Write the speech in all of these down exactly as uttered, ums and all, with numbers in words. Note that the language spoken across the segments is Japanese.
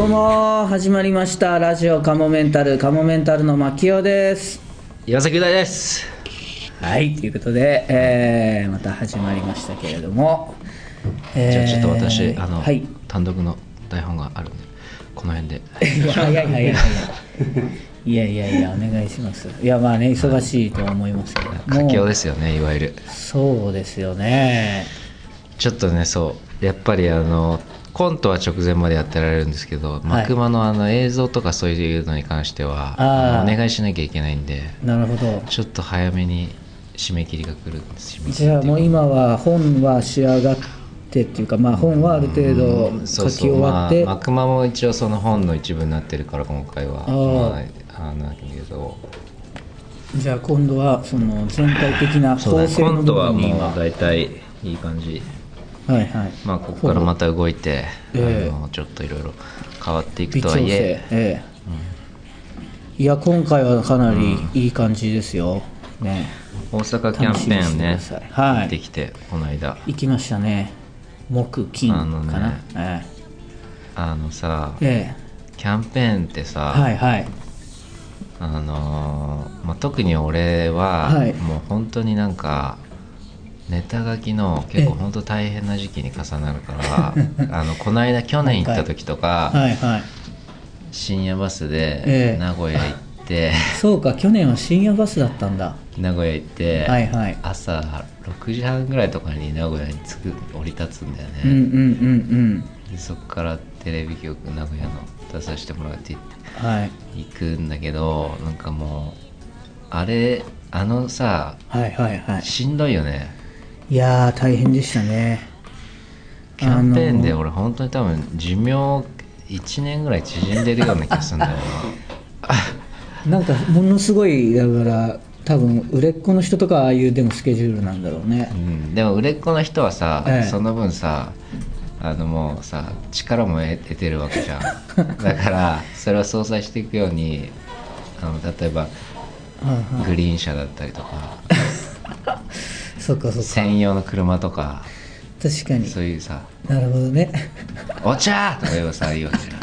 どうも始まりましたラジオカモメンタルカモメンタルの牧雄です。 岩崎大です。 はいということで、えー、また始まりましたけれども、 えー、じゃあちょっと私あの、 はい、 単独の台本があるんでこの辺でいやいやいやいやいやいやいやお願いします。いやまあね忙しいとは思いますけど佳境ですよねいわゆる。 そうですよね。 ちょっとねそうやっぱりあのコントは直前までやってられるんですけど、はい、マクマのあの映像とかそういうのに関してはお願いしなきゃいけないんで、 なるほど、 ちょっと早めに締め切りが来るんです。 じゃあもう今は本は仕上がってっていうか、まあ本はある程度書き終わって、 マクマも一応その本の一部になってるから今回はあ、まあ、あなんだけど、 じゃあ今度はその全体的な構成の部分に今、 コントはもう大体いい感じ。 はいはい、 まあここからまた動いて、えー、あのちょっといろいろ変わっていくとはいえ、えーうん、いや今回はかなりいい感じですよ、うん、ね。 大阪キャンペーンね、 はい、 行ってきてこの間行きましたね。木金かな、あのね、えー、あのさ、 えー、キャンペーンってさ、 はいはい、 あのーまあ、特に俺は、はい、もう本当になんかネタ書きの結構本当大変な時期に重なるからあのこの間去年行った時とか、はいはい、深夜バスで名古屋行って、ええ、そうか去年は深夜バスだったんだ。 名古屋行って、はいはい、朝ろくじはんぐらいとかに名古屋に着く降り立つんだよね、うんうんうんうん、でそこからテレビ局名古屋の出させてもらって行って、はい、行くんだけどなんかもうあれあのさ、はいはいはい、しんどいよね。 いやー大変でしたね。 キャンペーンで俺本当に多分寿命いちねんぐらい縮んでるような気がするんだよななんかものすごいだから多分売れっ子の人とかああいうでもスケジュールなんだろうね、 うん、でも売れっ子の人はさ、ええ、その分さあのもうさ力も得てるわけじゃんだからそれを相殺していくようにあの例えばグリーン車だったりとかそっかそっか専用の車とか確かにそういうさなるほどねお茶とか言えばさいいわけじ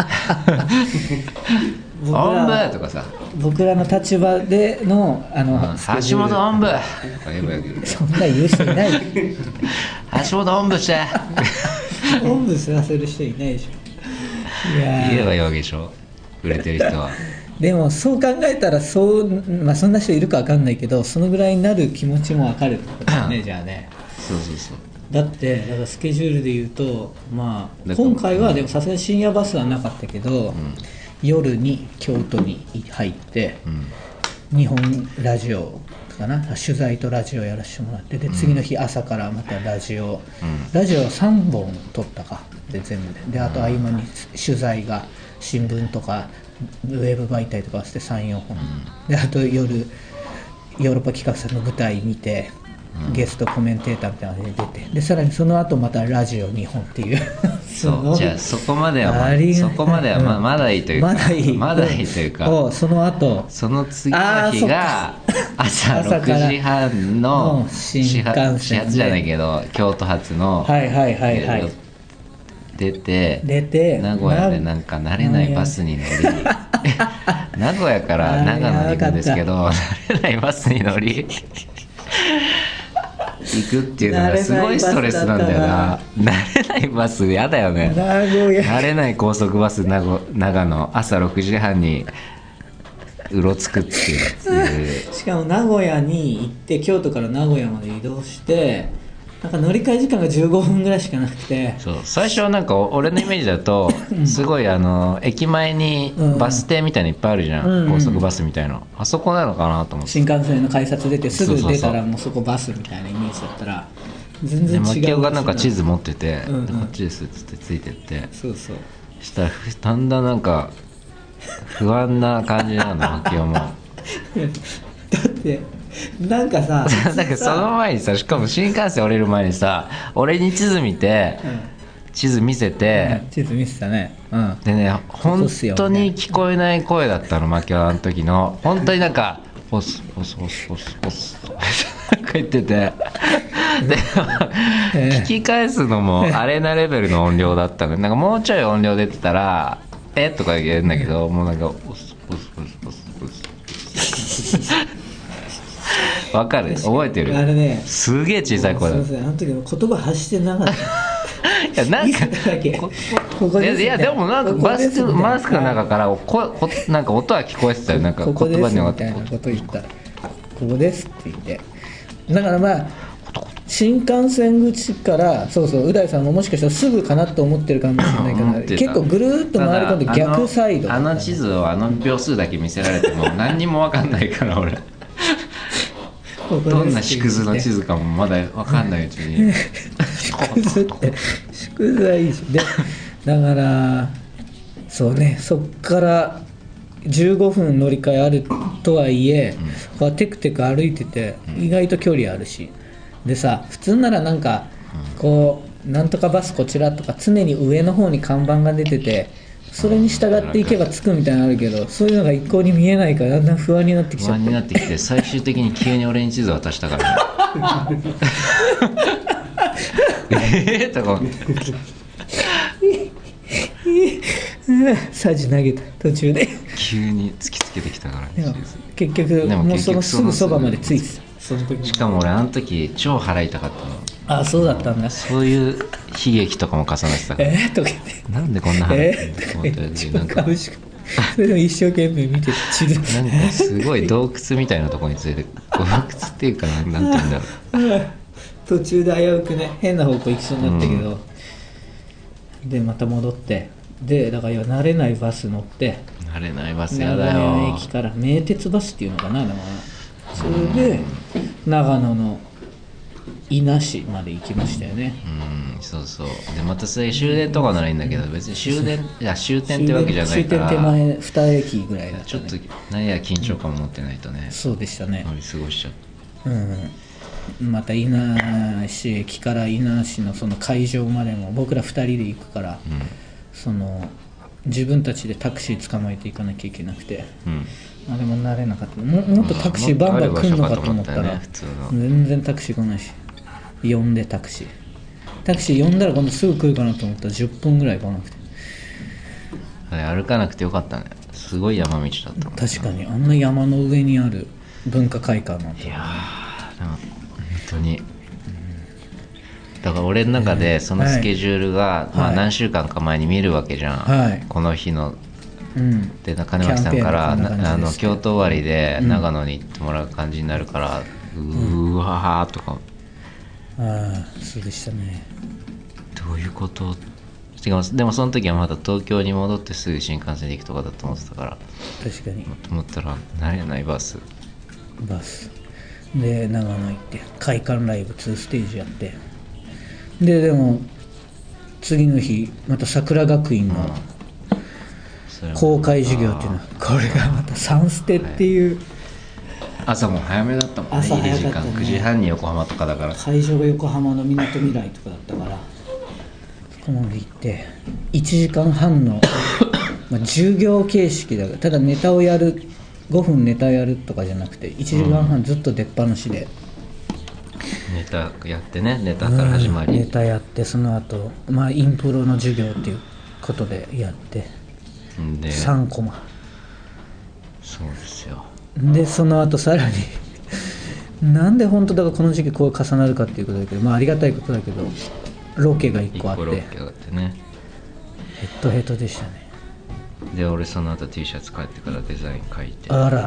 ゃんおんぶとかさ僕らの立場でのあの、うん、 橋本おんぶとか言えばいいわけそんな言う人いない橋本おんぶしておんぶさせる人いないでしょ。いや言えばいいわけでしょ売れてる人はでもそう考えたらそう、まあ、そんな人いるか分かんないけどそのぐらいになる気持ちも分かるってことだねじゃあね。 そうそうそうだってだからスケジュールで言うと、まあ、今回はでもさすがに深夜バスはなかったけど、うん、夜に京都に入って、うん、日本ラジオかな取材とラジオやらせてもらってで次の日朝からまたラジオ、うん、ラジオはさんぼん撮ったかで全部でであと合間に取材が新聞とかウェブ媒体とかしてさん、よんほん、うん、であと夜ヨーロッパ企画さんの舞台見て、うん、ゲストコメンテーターみたいなので出てでさらにその後またラジオにほんっていうそうじゃあそこまでは、まあ、そこまでは、まあ、まだいいというかまだいいまだいいというかその後その次の日が朝ろくじはんの新幹線で始発じゃないけど京都発のはいはいはいはい出て出て名古屋でなんか慣れないバスに乗り名古屋から長野に行くんですけど慣れないバスに乗り行くっていうのがすごいストレスなんだよな。慣れないバスやだよね。 名古屋慣れない高速バス長野朝ろくじはんにうろつくっていうしかも名古屋に行って京都から名古屋まで移動してなんか乗り換え時間がじゅうごふんぐらいしかなくてそう最初はなんか俺のイメージだとすごいあの駅前にバス停みたいにいっぱいあるじゃん、うんうん、高速バスみたいなあそこなのかなと思って新幹線の改札出てすぐ出たらもうそこバスみたいなイメージだったら全然違う。 マキオがなんか地図持ってて、うんうん、こっちですっつってついてってそうそうしたらだんだんなんか不安な感じなのマキオもだってなんかさなんかその前にさしかも新幹線降りる前にさ俺に地図見て、うん、地図見せて、 うん、地図見せたね、うん、 でね本当に聞こえない声だったのマキオあの時の本当になんかポスポスポスポスポスとか言っててで聞き返すのもアレなレベルの音量だったのなんかもうちょい音量出てたらペとか言うんだけど、もうなんかオスオスオスオスオスわかる、覚えてる。 あれね、 すげえ小さい声だ。 すみません、あの時言葉発してなかった。 いやなんかこここいやでもなんかマスクマスクの中からここなんか音は聞こえてたよ。なんか言葉にみたいなこと言った。ここですって言って。だからまあ新幹線口からそうそう、う大さんももしかしたらすぐかなと思ってるかもしれないから、結構ぐるーっと回り込んで逆サイド、ね、 あの、あの地図をあの秒数だけ見せられても何にも分かんないから俺。どんな縮図の地図かもまだ分かんないうちに縮図って縮図はいいしで、だからそうね、そっからじゅうごふん乗り換えあるとはいえ、うん、テクテク歩いてて意外と距離あるし、でさ、普通ならなんかこうなんとかバスこちらとか常に上の方に看板が出てて、それに従っていけば着くみたいなのあるけど、そういうのが一向に見えないからだんだん不安になってきちゃって、 不安になってきて最終的に急に俺に地図渡したからねえーとか思ってサジ投げた途中で急に突きつけてきたからね。 結局もうそのすぐそばまでついてた。その時しかも俺あの時超払いたかったの。 あ、そうだったんだ。 そういう悲劇とかも重なってたから、 えー、とか言ってなんでこんな払ってんだと思った時、なんかそれでも一生懸命見て地図なんかすごい洞窟みたいなところに連れて洞窟っていうかなんて言うんだろう途中で危うくね変な方向行きそうになったけど、うん、でまた戻ってでだから慣れないバス乗って慣れないバスやだよ。 名古屋駅から名鉄バスっていうのかな、だからそれで長野の伊那市まで行きましたよね。 うん、そうそう。でまたそれ終電とかならいいんだけど、別に終電いや終点ってわけじゃないから、 終点手前に駅ぐらいだった、ね、 ちょっと何や緊張感を持ってないとね、うん、 そうでしたね。 乗り過ごしちゃった。 うん、また伊那市駅から伊那市のその会場までも僕らふたりで行くから、うん、その自分たちでタクシー捕まえていかなきゃいけなくて、うん、あれも慣れなかった。 も, もっとタクシーバンバン来るのかと思ったら、ね、全然タクシー来ないし、呼んでタクシータクシー呼んだら今度すぐ来るかなと思ったらじゅっぷんぐらい来なくて、 あれ歩かなくてよかったね。すごい山道だったもん。 確かにあんな山の上にある文化会館なんて、 いやー本当に、うん、だから俺の中でそのスケジュールが、はい、まあ、何週間か前に見るわけじゃん、はい、この日の、うん、で金巻さんからあの京都終わりで長野に行ってもらう感じになるから、うん、うわーとか、 ああそうでしたね。 どういうこと。違う、でもその時はまだ東京に戻ってすぐ新幹線で行くとかだと思ってたから、 確かにと思ったら慣れないバスバスで長野行って会館ライブにステージやって、ででも次の日また桜学院の公開授業っていうのは、これがまたサンステっていう、はい、 朝も早めだったもんね。 朝早かったね。 入り時間くじはんに横浜とかだから、 会場が横浜のみなとみらいとかだったから、そこまで行っていちじかんはんのまあ授業形式だから、ただネタをやるごふんネタやるとかじゃなくていちじかんはんずっと出っ放しで、 うん、ネタやってね、ネタから始まり、 うん、ネタやってその後、まあインプロの授業っていうことでやってでさんコマ、 そうですよ。 でその後さらになんで本当だからこの時期こう重なるかっていうことだけど、まあありがたいことだけどロケがいっこあって、 ロケがあってね、 ヘッドヘッドでしたね。 で俺その後 T シャツ帰ってからデザイン書いて、 あら、いや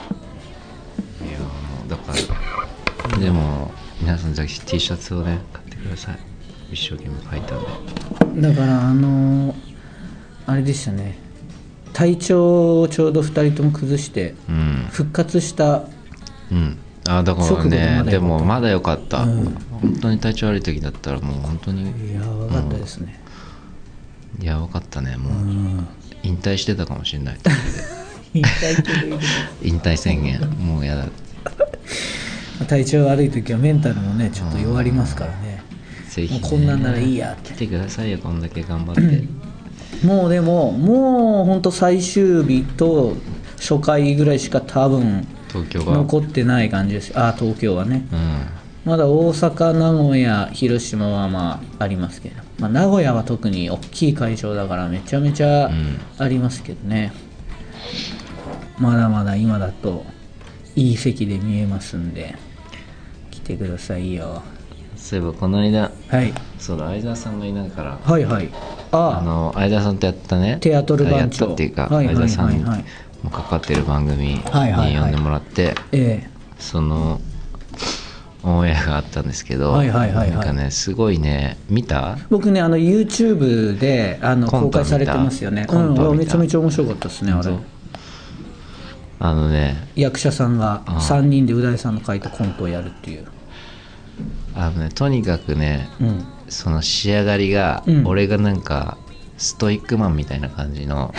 もうだからでも皆さんぜひ T シャツをね買ってください。一生懸命書いたんで。だからあのー、あれでしたね、体調をちょうどふたりとも崩して復活した、 うん、うん、あだからね、でもまだ良かった、うん、本当に体調悪い時だったらもう本当にやばかったですね。 やばかったね。もう、うん、引退してたかもしれない引退ってどういうこと引退宣言もうやだ体調悪い時はメンタルもねちょっと弱りますからね、 ぜひね、 もうこんなんならいいやって来てくださいよ、こんだけ頑張って、 うん、もうでももう本当最終日と初回ぐらいしか多分東京が残ってない感じです。あ東京はね、うん、まだ大阪名古屋広島はまあありますけど、 まあ、名古屋は特に大きい会場だからめちゃめちゃありますけどね、うん、まだまだ今だといい席で見えますんで来てくださいよ。 そういえばこの間、 はい、 そうだ相田さんがいないから、 はいはい、ああの相田さんとやったねテアトル番長やったっていうか、 はいはいはいはい、 相田さんもかかってる番組に呼んでもらって、はいはいはい、えー、そのオンエアがあったんですけど、はいはいはいはい、なんかねすごいね、見た？ 僕ねあの YouTube であの公開されてますよね。うん、めちゃめちゃ面白かったですねあれ。 あのね役者さんがさんにんでう大さんの書いたコントをやるっていう。 あのねとにかくね、うん、その仕上がりが、うん、俺がなんかストイックマンみたいな感じの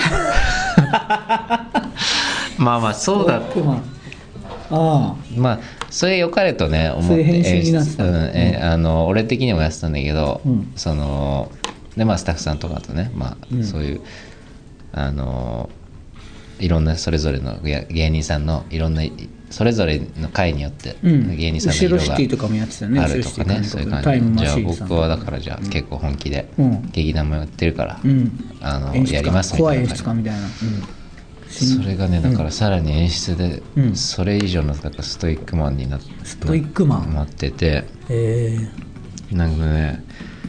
まあまあそうだあまあそれ良かれとね思って演出、うん、えあの俺的にもやってたんだけど、うん、そのでまあスタッフさんとかとね、まあ、うん、そういうあのいろんなそれぞれの芸人さんのいろんなそれぞれの回によって芸人さんの色があるとかね、そういう感じ。じゃあ僕はだからじゃあ結構本気で劇団もやってるから、うん、あのやりますみたいな。怖い演出家みたいな。うん、それがねだからさらに演出でそれ以上のなんかストイックマンになってストイックマンなってて、えー、なんかね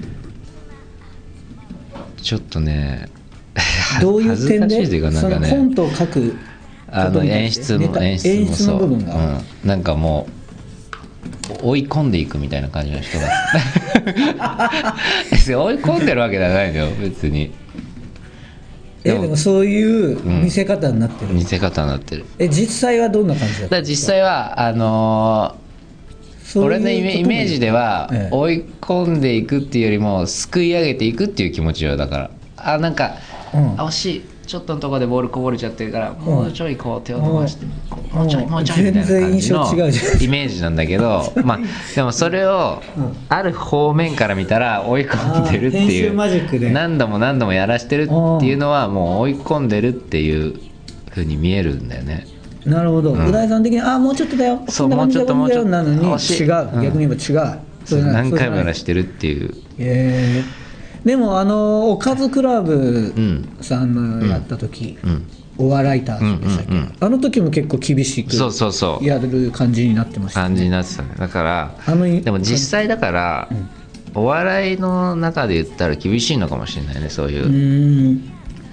ちょっとねどういう点で恥ずかしいというかなんかねそのコントを書くあの演出も演出もそう、うん、なんかもう追い込んでいくみたいな感じの人だ追い込んでるわけじゃないのよ別に。 えでもそういう見せ方になってる、 うん、見せ方になってる。 え実際はどんな感じだったんですか？ だから実際はあのー、俺のイメージでは、ええ、追い込んでいくっていうよりもすくい上げていくっていう気持ちよ。だからあなんか、うん、惜しいちょっとのところでボールこぼれちゃってるから、うん、もうちょいこう手を伸ばして、うん、もうちょいもうちょいみたいな感じのイメージなんだけどまあでもそれをある方面から見たら追い込んでるっていう何度も何度もやらしてるっていうのはもう追い込んでるっていう風に見えるんだよね。 なるほど、うん、う大さん的にああもうちょっとだよそうもうちょっともうちょっとなのに違う、うん、逆に言えば違う、 それ何回もやらしてるっていう。 へーでもあのおかずクラブさんのやった時、うんうん、お笑いターズでしたっけ、うんうんうん、あの時も結構厳しくやる感じになってましたね。 感じになってたね。だからあのでも実際だから、うん、お笑いの中で言ったら厳しいのかもしれないねそういう。うん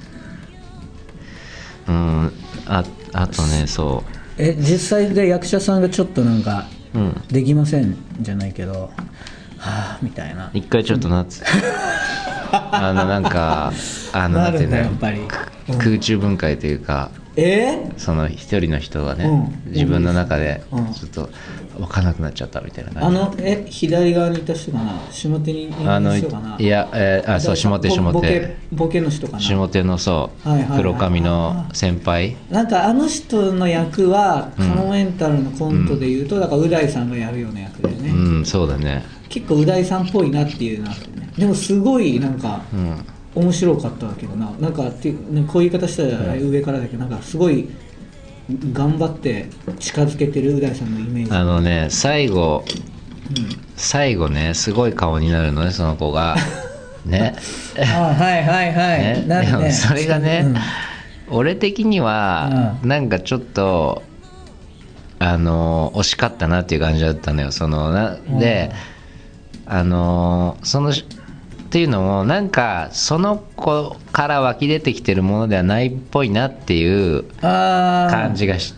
うんああとねそうえ実際で役者さんがちょっとなんか、うん、できませんじゃないけどはぁみたいな一回ちょっとなって、うん、あのなんかあのなんていうの、うん、空中分解というか、 えー、 その一人の人がね、うん、自分の中でちょっと分からなくなっちゃったみたいな感じ。 あのえ左側にいた人かな下手にいた人かな。 いや、えー、あそう下手下手ボケ、ボケの人かな。 下手のそう、はいはいはい、黒髪の先輩。 なんかあの人の役はカモメンタルのコントでいうと、うん、だからう大さんがやるような役だよね。 うんそうだね。 結構う大さんっぽいなっていうなってね。でもすごいなんか、うん面白かったけどな、なんかってこういう言い方したら上からだけど、なんかすごい頑張って近づけてるう大さんのイメージ。 あのね最後、うん、最後ねすごい顔になるのねその子がねあはいはいはい、ね、 なるね。それがね、うん、俺的には、うん、なんかちょっとあの惜しかったなっていう感じだったのよ。そのなで、うん、あのそのっていうのもなんかその子から湧き出てきてるものではないっぽいなっていう感じがして、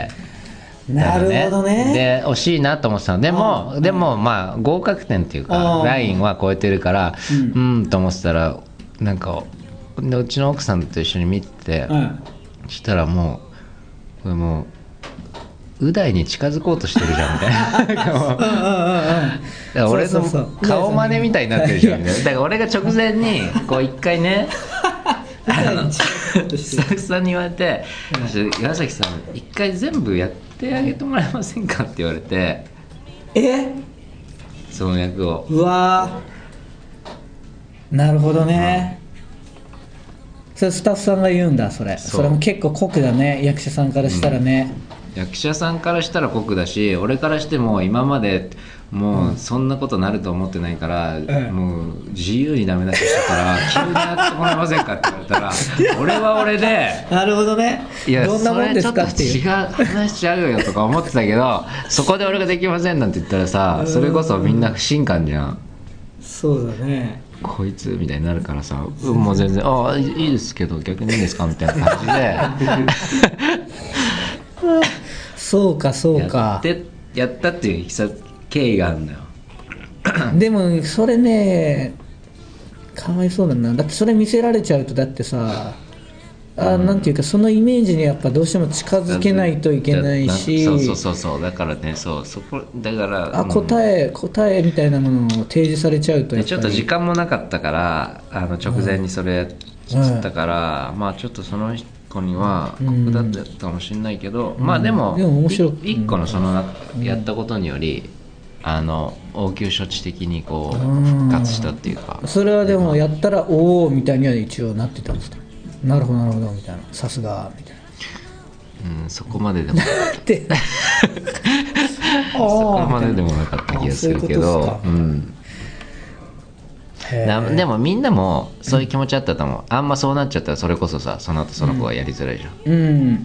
なるほどね。 で惜しいなと思ってたの。でもでもまあ合格点っていうかラインは超えてるからうん、うんと思ってたらなんかでうちの奥さんと一緒に見てて、うん、そしたらもうこれもうう大に近づこうとしてるじゃんみたいなだから俺の顔真似みたいになってるじゃんみたいな。だから俺が直前にこう一回ねあのスタッフさんに言われて「岩崎さん一回全部やってあげてもらえませんか?」って言われてえその役をうわなるほどね、うん、それスタッフさんが言うんだそれ そ, それも結構酷だね役者さんからしたらね、 役者さんからしたら酷だし、俺からしても今までもうそんなことなると思ってないから、うん、もう自由にダメ出ししたから急にやってもらえませんかって言われたら俺は俺でなるほどね、 いやどんなもんですかっていう、 それちょっと違う話しちゃうよとか思ってたけどそこで俺ができませんなんて言ったらさ、それこそみんな不信感じゃん。 そうだね、 こいつみたいになるからさ、うん、もう全然ああいいですけど逆にいいですかみたいな感じでそうかそうか、 やってやったっていう経緯があるんだよでもそれねかわいそうだな。だってそれ見せられちゃうとだってさあ、なんていうかそのイメージにやっぱどうしても近づけないといけないし、 そうそうそうそうだからね、そうそこだからあ答え、うん、答えみたいなものを提示されちゃうとやっぱりちょっと時間もなかったからあの直前にそれやったから、うん、まあちょっとその子には酷だったかもしれないけど、うん、まあでも、でも面白い一個のそのやったことにより、うん、あの応急処置的にこう復活したっていうか、 それはでもやったらおおみたいには一応なってたんですか。なるほどなるほどみたいな、さすがみたいな、うん、そこまででもってそこまででもなかった気がするけど、うん、でもみんなもそういう気持ちあったと思う、うん、あんまそうなっちゃったらそれこそさその後その子がやりづらいじゃん、うん、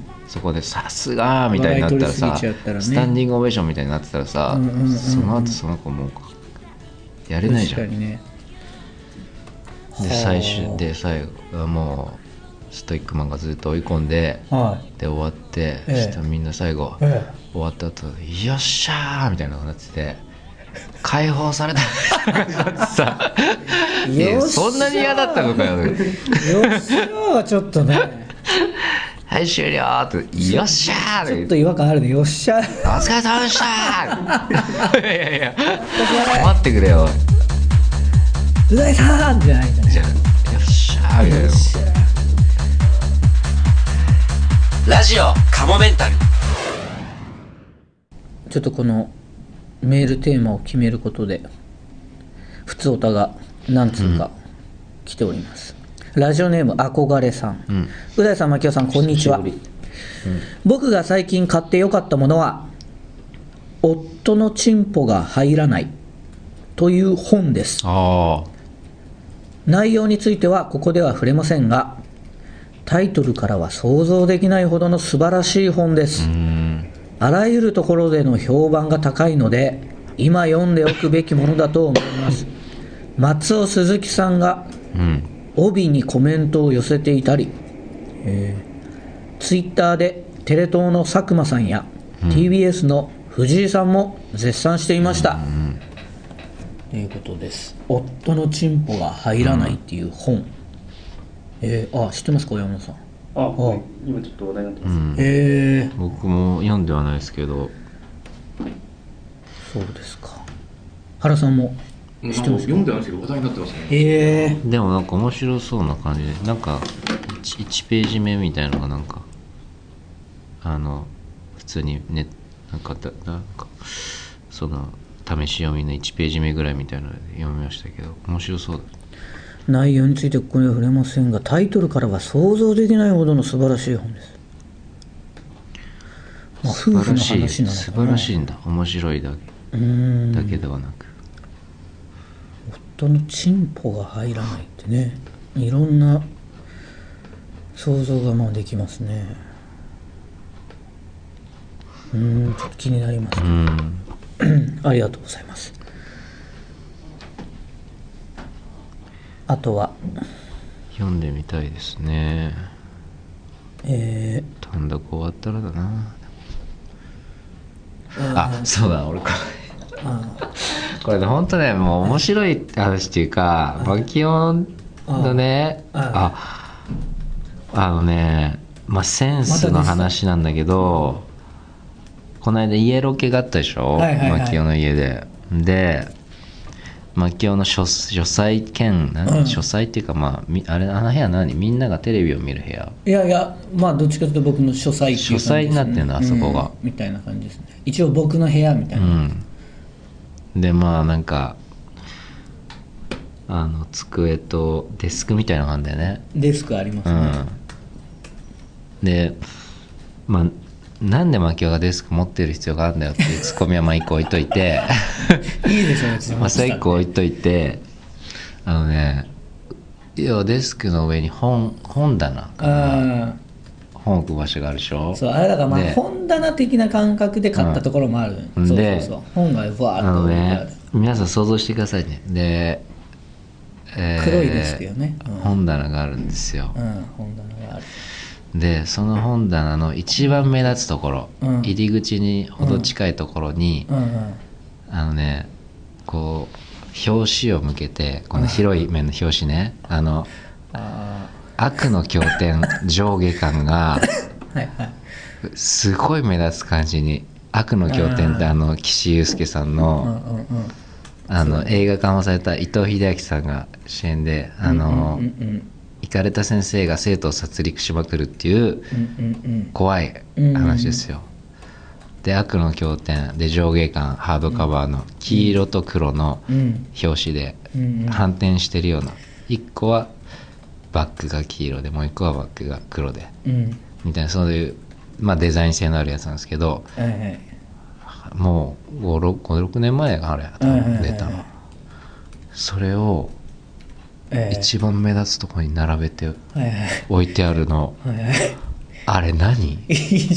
そこでさすがみたいになったらさ、ね、スタンディングオベーションみたいになってたらさ、うんうんうんうん、その後その子もうやれないじゃん。確かにね。で最終で最後はもうストイックマンがずっと追い込んで、はい、で終わって、ええ、そしたらみんな最後、ええ、終わった後よっしゃーみたいなのがなってて解放されたみたいな感じでさいやそんなに嫌だったのかよよっしゃーはちょっとねはい終了ってよっしゃーちょっと違和感あるね、よっしゃーお疲れ様でしたーいやいやいや待ってくれよう大さんじゃないじゃないよっしゃーみたいなラジオカモメンタル。 ちょっとこのメールテーマを決めることでふつおたが何通か来ております、うん、ラジオネーム憧れさん、うん、う大さん、牧雄さん、こんにちは、うん、僕が最近買ってよかったものは夫のチンポが入らないという本です。あ、内容についてはここでは触れませんがタイトルからは想像できないほどの素晴らしい本です。あらゆるところでの評判が高いので今読んでおくべきものだと思います。松尾鈴木さんが帯にコメントを寄せていたり、えー、ツイッターでテレ東の佐久間さんや、うん、ティービーエス の藤井さんも絶賛していました、うん、ということです。夫のチンポが入らないっていう本、うん、えー、あ、知ってますか山本さん。 ああ、今ちょっと話題になってます、うん、 えー、僕も読んではないですけど。 そうですか。原さんも知ってますか。 読んでないですけど話題になってますね。 えー、 でもなんか面白そうな感じで、なんか 1, いちページ目みたいなのがなんかあの普通にね、なんかだなんかその試し読みのいちページ目ぐらいみたいなので読みましたけど面白そうだ。 内容についてここには触れませんがタイトルからは想像できないほどの素晴らしい本です。まあ、夫婦の話なのかな。 素晴らしいんだ。面白いだけ、うーんだけではなく夫のチンポが入らないってね、いろんな想像がまあできますね。うーんちょっと気になりますね。うんありがとうございます。あとは読んでみたいですね。 えー、 単独終わったらだな。あ、そうだ、俺これこれ本当ね、もう面白い話っていうか、バキオンのね、ああのね、まあセンスの話なんだけど、この間家ロケがあったでしょ、はいはいはい、バキオの家ででマキオの書, 書斎兼、うん、書斎っていうか、まあ、あれあの部屋何みんながテレビを見る部屋。 いやいや、まあどっちかというと僕の書斎っていう感じですね。 書斎になってるのあそこが、 うん、みたいな感じですね。一応僕の部屋みたいな、 うん、でまあなんかあの机とデスクみたいなのがあるんだよね。 デスクありますね、 うん、でまあなんで牧雄がデスク持ってる必要があるんだよっていうツッコミはまあ一個置いといていいでしょ別にまあそれ一個置いといて、あのね、要はデスクの上に本本棚かな、本置く場所があるでしょ。 そうあれだからまあ本棚的な感覚で買ったところもある、 うん、 そうでそうそう本がふわーっと置いてある、 ね、皆さん想像してくださいね。で、 えー、黒いデスクよね、 うん、本棚があるんですよ、 うん、本棚がある。 でその本棚の一番目立つところ、うん、入り口にほど近いところに、うんうんうん、あのねこう表紙を向けて、この広い面の表紙ね、あのあ悪の経典上下巻がすごい目立つ感じに、悪の経典ってあの岸優介さんの、うんうんうん、あの映画化もされた伊藤英明さんが主演で、あの、うんうんうんうん、イカれた先生が生徒を殺戮しまくるっていう怖い話ですよ。で悪の経典で上下巻ハードカバーの黄色と黒の表紙で反転してるような、いっこはバックが黄色でもういっこはバックが黒で、みたいなそういう、まあ、デザイン性のあるやつなんですけど、もうごろくねんまえがあれ多分出たの。それを一番目立つところに並べて置いてあるの、あれ何？い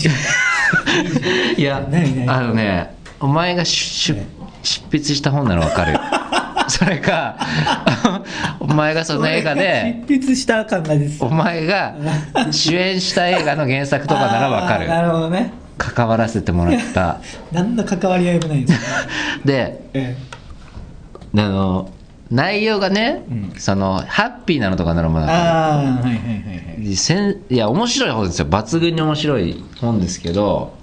やあのね、お前が執筆した本なの分かるよそれかお前がその映画で執筆した感がです、 お前が主演した映画の原作とかなら分かる。 なるほどね、 関わらせてもらった何の関わり合いもないんですよで、ええ、あの内容がね、うん、そのハッピーなのとかならまだ、ああはいはいはいはい、せんいや面白い本ですよ、抜群に面白い本ですけど、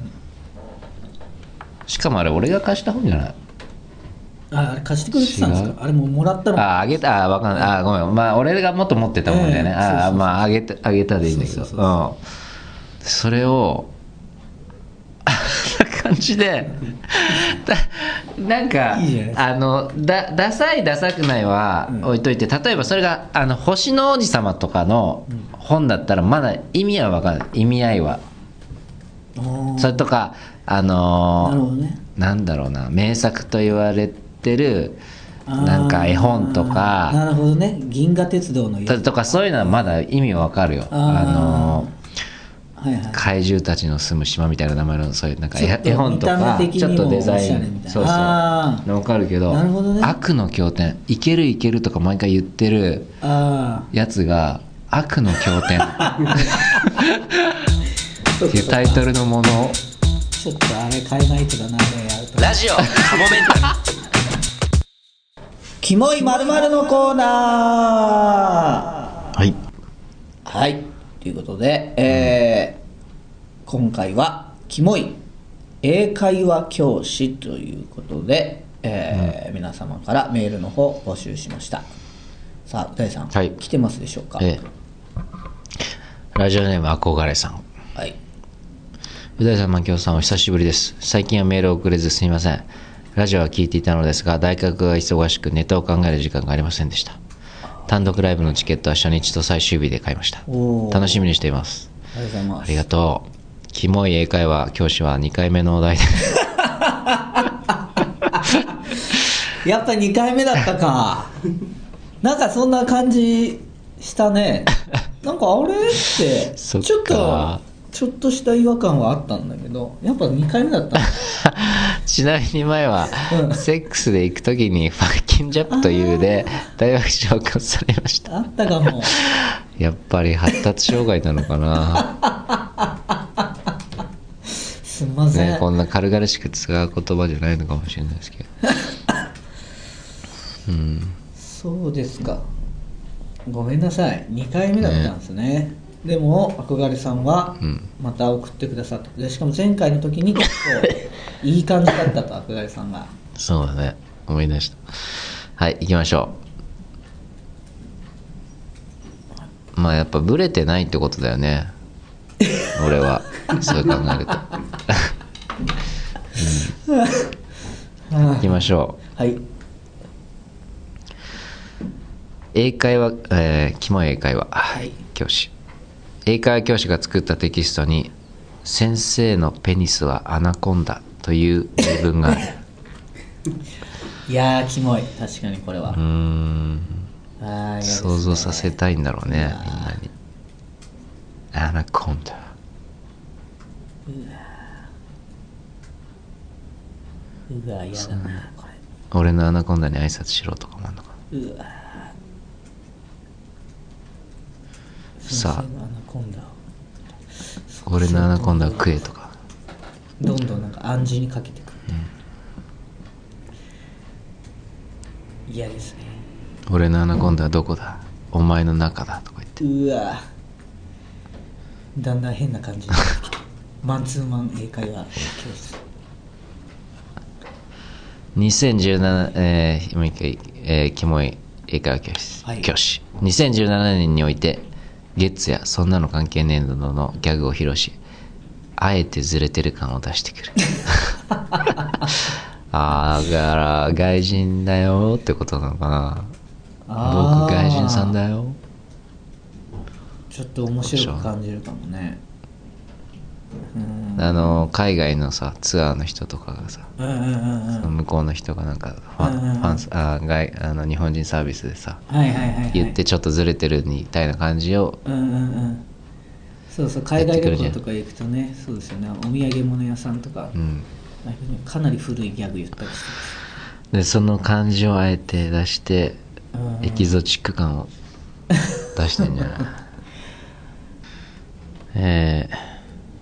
しかもあれ俺が貸した本じゃない。 ああれ貸してくれてたんですか。あれももらったの。 ああげた、あ分かんない、あごめん、まあ俺がもっと持ってたもんだよね、えー、ああまああげたあげたでいいんだけど、そうそうそうそう、うん、それをあんな感じでなんかいいあのだダサいダサくないは置いといて、例えばそれがあの星の王子様とかの本だったらまだ意味は分かんない、意味合いは、うん、それとかあのーなるほどね、なんだろうな、名作と言われてるなんか絵本とか、 なるほどね、銀河鉄道のとかそういうのはまだ意味は分かるよ。あ、あのーはいはい、怪獣たちの住む島みたいな名前のそういうなんか絵本とかちょっとデザインそうそう分かるけど、ね、悪の経典いけるいけるとか毎回言ってるやつが悪の経典っていうタイトルのものをちょっとあれ買えないとかな、やるとラジオカモメンタルキモい〇〇のコーナー、 はいはいということで、えー、今回はキモい英会話教師ということで、えーうん、皆様からメールの方募集しました。さあ、う大さん、はい、来てますでしょうか。えー、ラジオネーム憧れさん、はい、う大さん、牧雄さん、お久しぶりです。最近はメールを送れずすみません。ラジオは聞いていたのですが、大学が忙しくネタを考える時間がありませんでした。単独ライブのチケットは初日と最終日で買いました。楽しみにしています。 ありがとうございます。 ありがとう。キモい英会話教師はにかいめのお題でやっぱりにかいめだったかなんかそんな感じしたね。なんかあれってちょっとちょっとした違和感はあったんだけど、やっぱにかいめだったちなみに前は、うん、セックスで行くときにファッキンジャップというで大学紹介されました。 あったかも。 やっぱり発達障害なのかなすみません、 ね、こんな軽々しく使う言葉じゃないのかもしれないですけどうん、そうですか、ごめんなさい、にかいめだったんですね、ね。でも憧れさんはまた送ってくださった、うん、でしかも前回の時に結構いい感じだったと憧れさんがそうだね、思い出した。はい、行きましょう。まあやっぱブレてないってことだよね俺はそう考えると、うん、行きましょう。はい。英会話、えー、キモい英会話、はい、教師。英会話教師が作ったテキストに先生のペニスはアナコンダという例文がある。 いやーキモい、確かにこれは。 うーん、 あー、ね、 想像させたいんだろうね、みんなに。アナコンダ。 うわ、嫌だなこれ。 俺のアナコンダに挨拶しろとかもあるのかな。 うわ、 さあ、 アナコンダ俺のアナコンダを食えとか、 どんどんなんか暗示にかけてくる。嫌、うん、ですね。 俺のアナコンダはどこだ、お前の中だとか言って。 うわ、だんだん変な感じになってきた。マンツーマン英会話教室。 にせんじゅうなな、えー、もう一回、えー、キモい英会話教室、はい、教師。にせんじゅうななねんにおいてゲッツやそんなの関係ねえなどのギャグを披露し、あえてずれてる感を出してくる。あー、だから外人だよってことなのかな。僕外人さんだよ。 ちょっと面白く感じるかもね。 あの海外のさツアーの人とかがさ、うんうんうんうん、その向こうの人がなんかファン、うんうんうん、ファンあ外あの日本人サービスでさ、はいはいはいはい、言ってちょっとずれてるみたいな感じを、うんうんうん、 そうそう、海外旅行とか行くとね、そうですよね、お土産物屋さんとか、うん、かなり古いギャグ言ったりしてます。 でその感じをあえて出して、うんうん、エキゾチック感を出してんじゃない。えー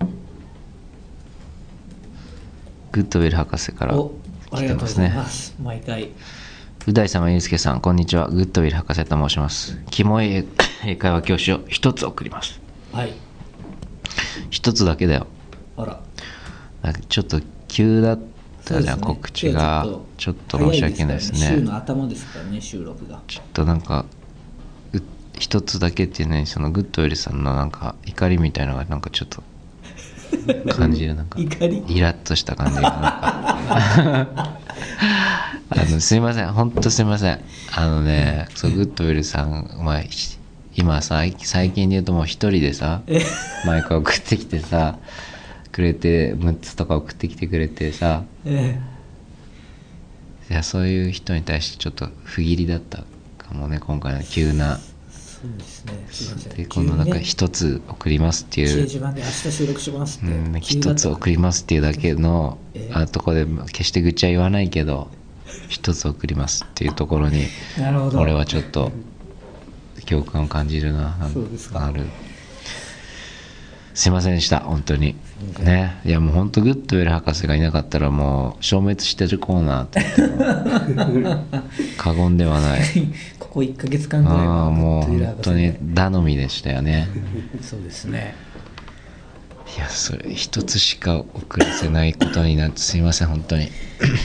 グッドウェル博士から来てますね。 毎回。 う大様、ゆうすけさん、こんにちは。グッドウェル博士と申します。キモい英会話教師を一つ送ります。 はい。 一つだけだよ。 あら。 なんかちょっと急だったじゃん、ね、告知が。ちょっと申し訳ないですね。 週の頭ですからね、収録が。 ちょっとなんか、一つだけっていうのに、そのグッドウェルさんのなんか怒りみたいなのがなんかちょっと。感じる、なんかイラッとした感じがなんかあのすいません、本当すいません。あのね、そうグッドウェルさん、まあ、今さ最近で言うともう一人でさ毎回送ってきてさくれて、むっつとか送ってきてくれてさ、ええ、いやそういう人に対してちょっと不義理だったかもね、今回の急な。 そうですね、すいません。 でこのなんか一つ送りますっていう、 掲示板で明日収録しますって、うん、 一つ送りますっていうだけの、えー、あとこで決して愚痴は言わないけど一つ送りますっていうところになるほど、俺はちょっと共感を感じるな。 そうですか。 ある。すいませんでした本当に、うん、ね。いやもう本当グッドウェル博士がいなかったらもう消滅してるコーナーって言っても過言ではない。 ここいっかげつかんぐらいはもう本当に頼みでしたよね。 そうですね。 いやそれ一つしか送らせないことになってすいません本当に。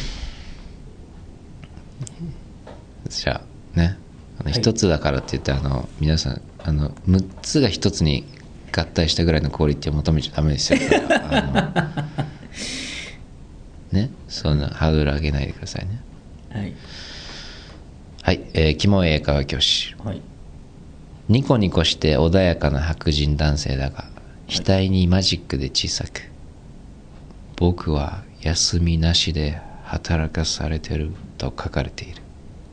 じゃあね、あの一つだからって言って、あの皆さんあのむっつが一つに合体したぐらいのクオリティを求めちゃダメですよ。あのね、そんなハードル上げないでくださいね。 はいはい、えー、キモい英会話教師、はい、ニコニコして穏やかな白人男性だが額にマジックで小さく、はい、僕は休みなしで働かされてると書かれている。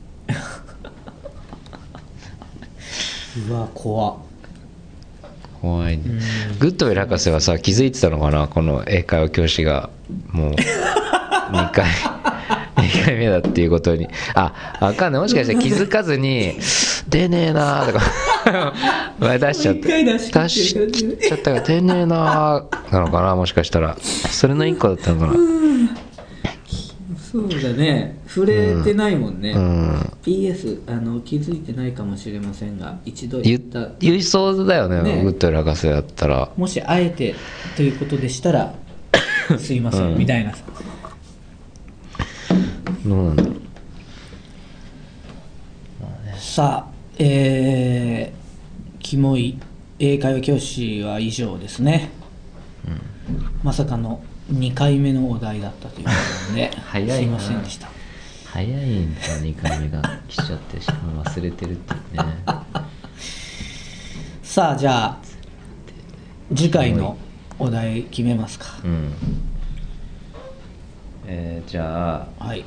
うわ怖っ、 怖いね。グッドウェル博士はさ気づいてたのかな、この英会話教師がもうにかいにかいめだっていうことに。あ、わかんない、もしかしたら気づかずに出ねえなーとか前出しちゃって出しちゃったから出ねえなーなのかな、もしかしたらそれの一個だったのかな。 そうだね、触れてないもんね、うん、ピーエス あの気づいてないかもしれませんが一度言った言いそうだよ ね, ねグッドウェル博士だったら、 もしあえてということでしたらすいません、うん、みたいな。 どうなんだろう、 さあ、えー、キモい英会話教師は以上ですね、うん、まさかのにかいめのお題だったということで早いな、 すいませんでした。 早いんだ、にかいめが来ちゃってしかも忘れてるってね。 さあじゃあ次回のお題決めますか。 うん、えー、じゃあ、 はい、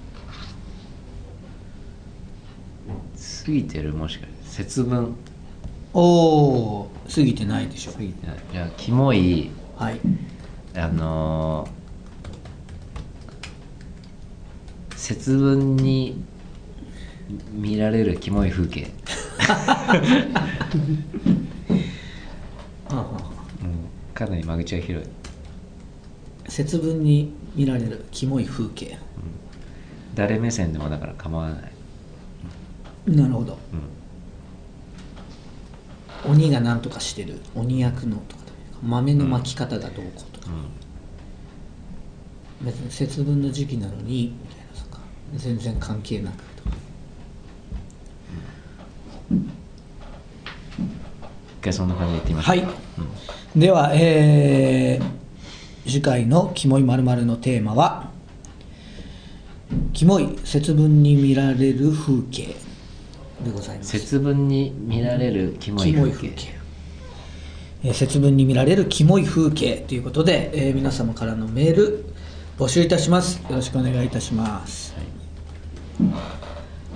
過ぎてる、もしかして節分。 おお、過ぎてないでしょ。 過ぎてない。じゃあキモい、 はい、 あのー、節分に見られるキモい風景うん、かなり間口が広い。 節分に見られるキモい風景、うん、 誰目線でもだから構わない。 なるほど、うん、鬼が何とかしてる、鬼役のとか豆の巻き方がどうこうとか、うん、別に節分の時期なのにみたいなとか全然関係なくとか、 うん、一回そんな感じで言ってみましょう。 はい、うん、では、えー、次回のキモい〇〇のテーマはキモい節分に見られる風景でございます。 節分に見られるキモい風景、 えー、節分に見られるキモい風景ということで、えー、皆様からのメール募集いたします。よろしくお願いいたします、はい、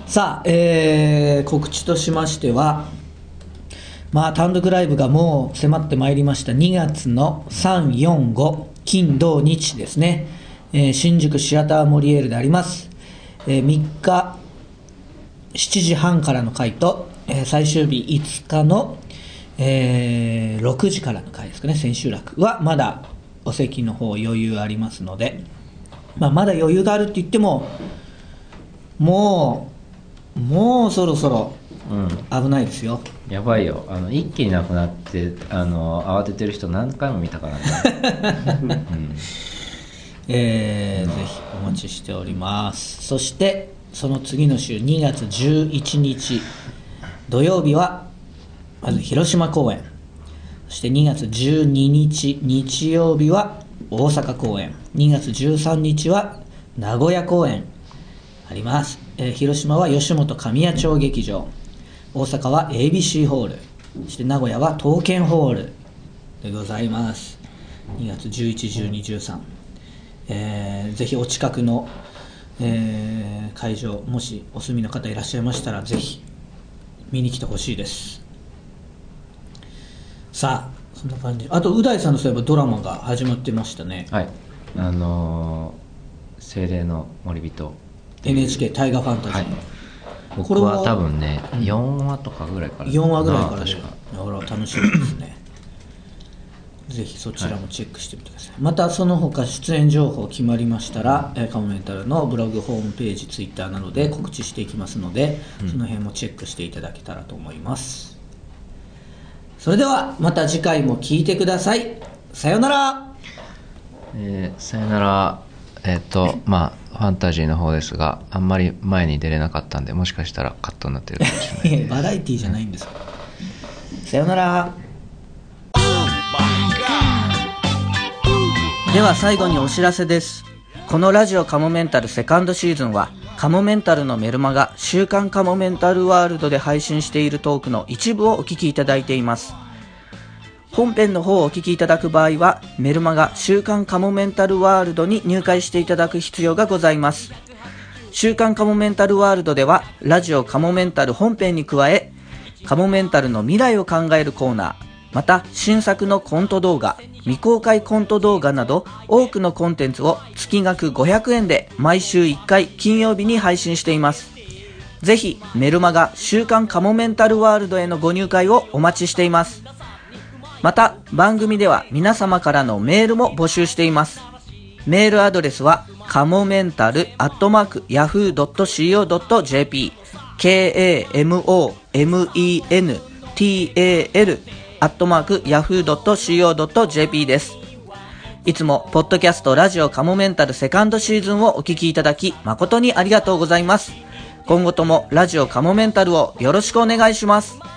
さあ、えー、告知としましては、まあ単独ライブがもう迫ってまいりました。にがつのさん、よん、ご金土日ですね、えー、新宿シアターモリエールであります、えー、みっかしちじはんからの回と、えー、最終日いつかの、えー、ろくじからの回ですかね、千秋楽はまだお席の方余裕ありますので、まあ、まだ余裕があるって言ってももうもうそろそろ危ないですよ、 うん、やばいよ。あの一気になくなってあの慌ててる人何回も見たからね、うん、 えー、ぜひお待ちしております。そしてその次の週にがつじゅういちにち土曜日はまず広島公演、そしてにがつじゅうににち日曜日は大阪公演、にがつじゅうさんにちは名古屋公演あります、えー、広島は吉本神谷町劇場、大阪は エービーシー ホール、そして名古屋は東建ホールでございます。にがつじゅういち、じゅうに、じゅうさん、えー、ぜひお近くの、えー、会場もしお住みの方いらっしゃいましたらぜひ見に来てほしいです。さあそんな感じ。あとう大さんのそういえばドラマが始まってましたね。 はい、あのー、精霊の森人エヌエイチケー 大河ファンタジー、はい、 僕は多分ね、うん、よんわとかぐらいからよんわぐらいからで、確か楽しみですねぜひそちらもチェックしてみてください、はい、またその他出演情報決まりましたら、うん、カモメンタルのブログ、ホームページ、ツイッターなどで告知していきますので、うん、その辺もチェックしていただけたらと思います。それではまた次回も聞いてください。さよなら。 えー、さよなら。えっ、ー、とまあファンタジーの方ですが、あんまり前に出れなかったんで、もしかしたらカットになってるかもしれないですバラエティじゃないんですかさよなら。では最後にお知らせです。このラジオカモメンタルセカンドシーズンはカモメンタルのメルマガ週刊カモメンタルワールドで配信しているトークの一部をお聞きいただいています。本編の方をお聞きいただく場合はメルマガ週刊カモメンタルワールドに入会していただく必要がございます。週刊カモメンタルワールドではラジオカモメンタル本編に加えカモメンタルの未来を考えるコーナー、また新作のコント動画、未公開コント動画など多くのコンテンツを月額ごひゃくえんで毎週いっかい金曜日に配信しています。ぜひメルマガ週刊カモメンタルワールドへのご入会をお待ちしています。また番組では皆様からのメールも募集しています。メールアドレスはカモメンタルアットマークヤフードットシーオードットジェーピー ケーエーエムオーエムイーエヌティーエーエル アットマークヤフードットシーオードットジェーピー です。いつもポッドキャストラジオカモメンタルセカンドシーズンをお聞きいただき誠にありがとうございます。今後ともラジオカモメンタルをよろしくお願いします。